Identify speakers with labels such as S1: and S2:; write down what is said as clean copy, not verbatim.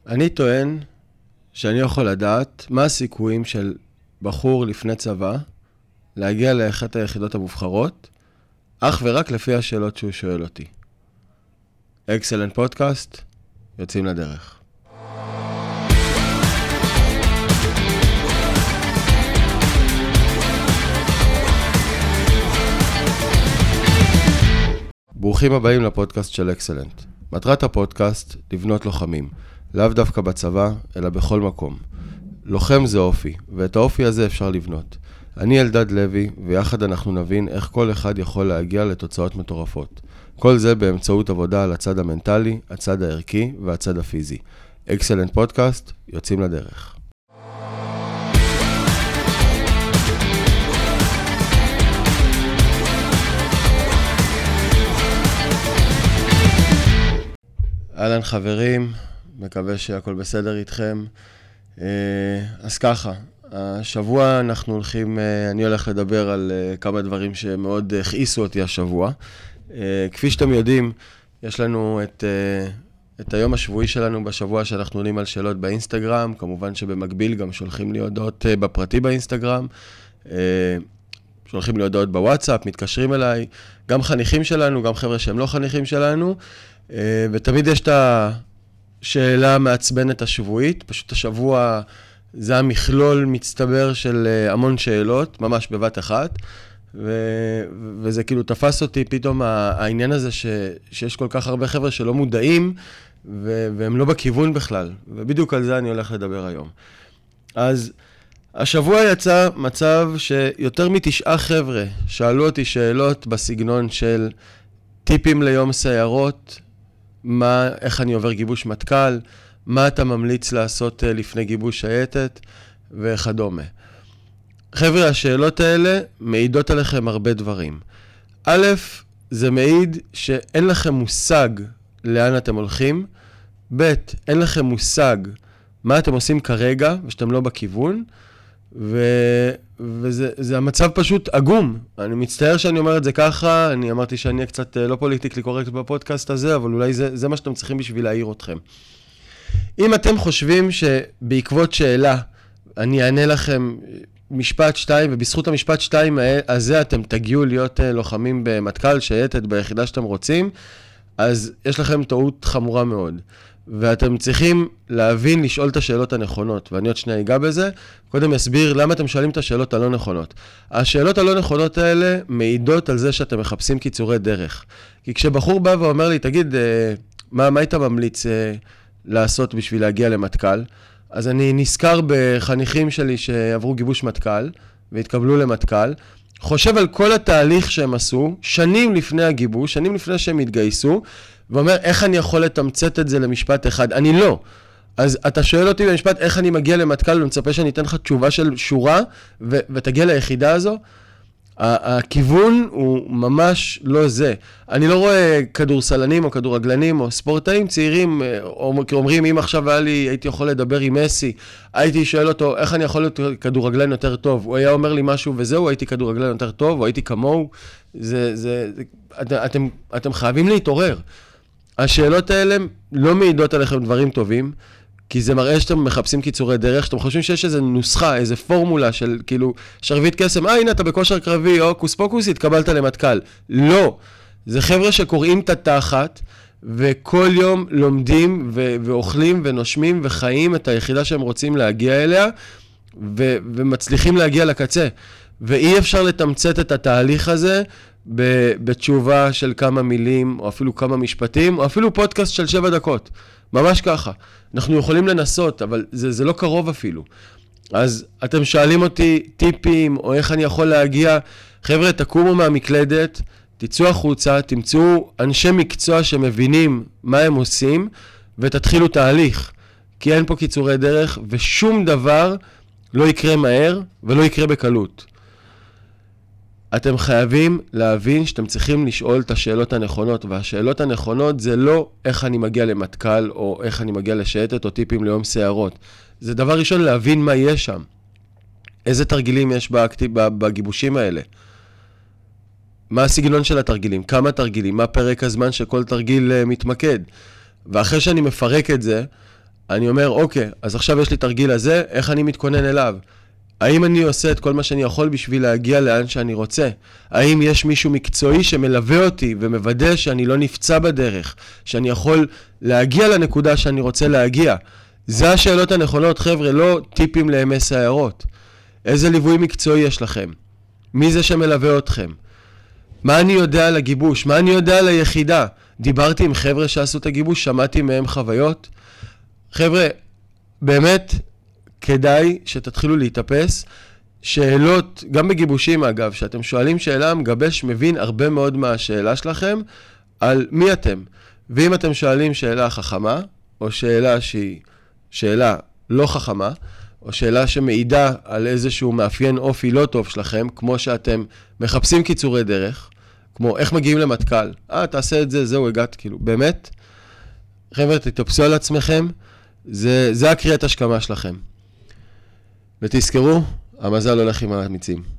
S1: אני טוען שאני יכול לדעת מה הסיכויים של בחור לפני צבא להגיע לאחת היחידות המובחרות, אך ורק לפי השאלות שהוא שואל אותי. אקסלנט פודקאסט, יוצאים לדרך. ברוכים הבאים לפודקאסט של אקסלנט. מטרת הפודקאסט לבנות לוחמים, לאו דווקא בצבא, אלא בכל מקום. לוחם זה אופי, ואת האופי הזה אפשר לבנות. אני אלדד לוי, ויחד אנחנו נבין איך כל אחד יכול להגיע לתוצאות מטורפות. כל זה באמצעות עבודה על הצד המנטלי, הצד הערכי והצד הפיזי. אקסלנט פודקאסט, יוצאים לדרך. אהלן חברים, מקווה שהכל בסדר איתכם. אז ככה, השבוע אני הולך לדבר על כמה דברים שמאוד הכעיסו אותי השבוע. כפי שאתם יודעים, יש לנו את היום השבועי שלנו בשבוע שאנחנו עונים על שאלות באינסטגרם, כמובן שבמקביל גם שולחים לי הודעות בפרטי באינסטגרם, שולחים לי הודעות בוואטסאפ, מתקשרים אליי, גם חניכים שלנו, גם חבר'ה שהם לא חניכים שלנו, ותמיד יש את השאלה המעצבנת השבועית, פשוט השבוע זה המכלול מצטבר של המון שאלות, ממש בבת אחת, וזה כאילו תפס אותי פתאום העניין הזה שיש כל כך הרבה חבר'ה שלא מודעים, והם לא בכיוון בכלל, ובדיוק על זה אני הולך לדבר היום. אז השבוע יצא מצב שיותר מ9 חבר'ה שאלו אותי שאלות בסגנון של טיפים ליום סיירות, איך אני עובר גיבוש מטכ"ל, מה אתה ממליץ לעשות לפני גיבוש שייטת וכדומה. חבר'ה, השאלות האלה מעידות עליכם הרבה דברים. א', זה מעיד שאין לכם מושג לאן אתם הולכים. ב', אין לכם מושג מה אתם עושים כרגע ושאתם לא בכיוון. וזה המצב פשוט עגום. אני מצטער שאני אומר את זה ככה, אני אמרתי שאני אהיה קצת לא פוליטיקלי קורקט בפודקאסט הזה, אבל אולי זה מה שאתם צריכים בשביל להעיר אתכם. אם אתם חושבים שבעקבות שאלה אני אענה לכם משפט 2, ובזכות המשפט 2 הזה אתם תגיעו להיות לוחמים במטכ"ל, שייטת, ביחידה שאתם רוצים, אז יש לכם טעות חמורה מאוד. ואתם צריכים להבין, לשאול את השאלות הנכונות, ואני עוד שנייה אגע בזה. קודם אסביר למה אתם שואלים את השאלות הלא נכונות. השאלות הלא נכונות האלה מעידות על זה שאתם מחפשים קיצורי דרך. כי כשבחור בא ואומר לי, תגיד, מה היית ממליץ לעשות בשביל להגיע למטכ"ל? אז אני נזכר בחניכים שלי שעברו גיבוש מטכ"ל, והתקבלו למטכ"ל, חושב על כל התהליך שהם עשו, שנים לפני הגיבוש, שנים לפני שהם התגייסו, ואומר, איך אני יכול לתמצת את זה למשפט אחד? אני לא. אז אתה שואל אותי במשפט, איך אני מגיע למטכ"ל, ומצפה שאני אתן לך תשובה של שורה, ותגיע ליחידה הזו? הכיוון הוא ממש לא זה. אני לא רואה כדורסלנים או כדורגלנים או ספורטאים צעירים, אומרים, אם עכשיו הייתי יכול לדבר עם מסי, הייתי שואל אותו, איך אני יכול להיות כדורגלן יותר טוב? הוא היה אומר לי משהו וזהו, הייתי כדורגלן יותר טוב, או הייתי כמוהו. אתם חייבים להתעורר. השאלות האלה לא מעידות עליכם דברים טובים, כי זה מראה שאתם מחפשים קיצורי דרך, שאתם חושבים שיש איזו נוסחה, איזו פורמולה של כאילו שרביט קסם, הנה אתה בכושר קרבי, או קוס פוקוס, התקבלת למטכ"ל. לא. זה חבר'ה שקוראים את התחת, וכל יום לומדים ואוכלים ונושמים וחיים את היחידה שהם רוצים להגיע אליה, ומצליחים להגיע לקצה. ואי אפשר לתמצת את התהליך הזה בתשובה של כמה מילים, או אפילו כמה משפטים, או אפילו פודקאסט של 7 דקות. ממש ככה. אנחנו יכולים לנסות, אבל זה לא קרוב אפילו. אז אתם שואלים אותי טיפים, או איך אני יכול להגיע. חבר'ה, תקומו מהמקלדת, תצאו החוצה, תמצאו אנשי מקצוע שמבינים מה הם עושים, ותתחילו תהליך. כי אין פה קיצורי דרך, ושום דבר לא יקרה מהר, ולא יקרה בקלות. אתם חייבים להבין שאתם צריכים לשאול את השאלות הנכונות, והשאלות הנכונות זה לא איך אני מגיע למטכ"ל, או איך אני מגיע לשייטת, או טיפים ליום סיירות. זה דבר ראשון להבין מה יש שם. איזה תרגילים יש בגיבושים האלה. מה הסגנון של התרגילים, כמה תרגילים, מה פרק הזמן שכל תרגיל מתמקד. ואחרי שאני מפרק את זה, אני אומר, אוקיי, אז עכשיו יש לי תרגיל הזה, איך אני מתכונן אליו? האם אני עושה את כל מה שאני יכול בשביל להגיע לאן שאני רוצה? האם יש מישהו מקצועי שמלווה אותי ומוודא שאני לא נפצע בדרך, שאני יכול להגיע לנקודה שאני רוצה להגיע? זה השאלות הנכונות, חבר'ה, לא טיפים לאמס הערות. איזה ליווי מקצועי יש לכם? מי זה שמלווה אתכם? מה אני יודע על הגיבוש? מה אני יודע על היחידה? דיברתי עם חבר'ה שעשו את הגיבוש, שמעתי מהם חוויות. חבר'ה, באמת כדאי שתתחילו להתאפס. שאלות, גם בגיבושים אגב, שאתם שואלים שאלה, מגבש מבין הרבה מאוד מהשאלה שלכם על מי אתם. ואם אתם שואלים שאלה חכמה, או שאלה שהיא שאלה לא חכמה, או שאלה שמעידה על איזשהו מאפיין אופי לא טוב שלכם, כמו שאתם מחפשים קיצורי דרך, כמו איך מגיעים למטכ"ל, תעשה את זה, זהו, הגעת, כאילו, באמת, חבר'ה, תתאפסו על עצמכם, זה הקריאת השכמה שלכם. ותזכרו, המזל הולך עם האמיצים.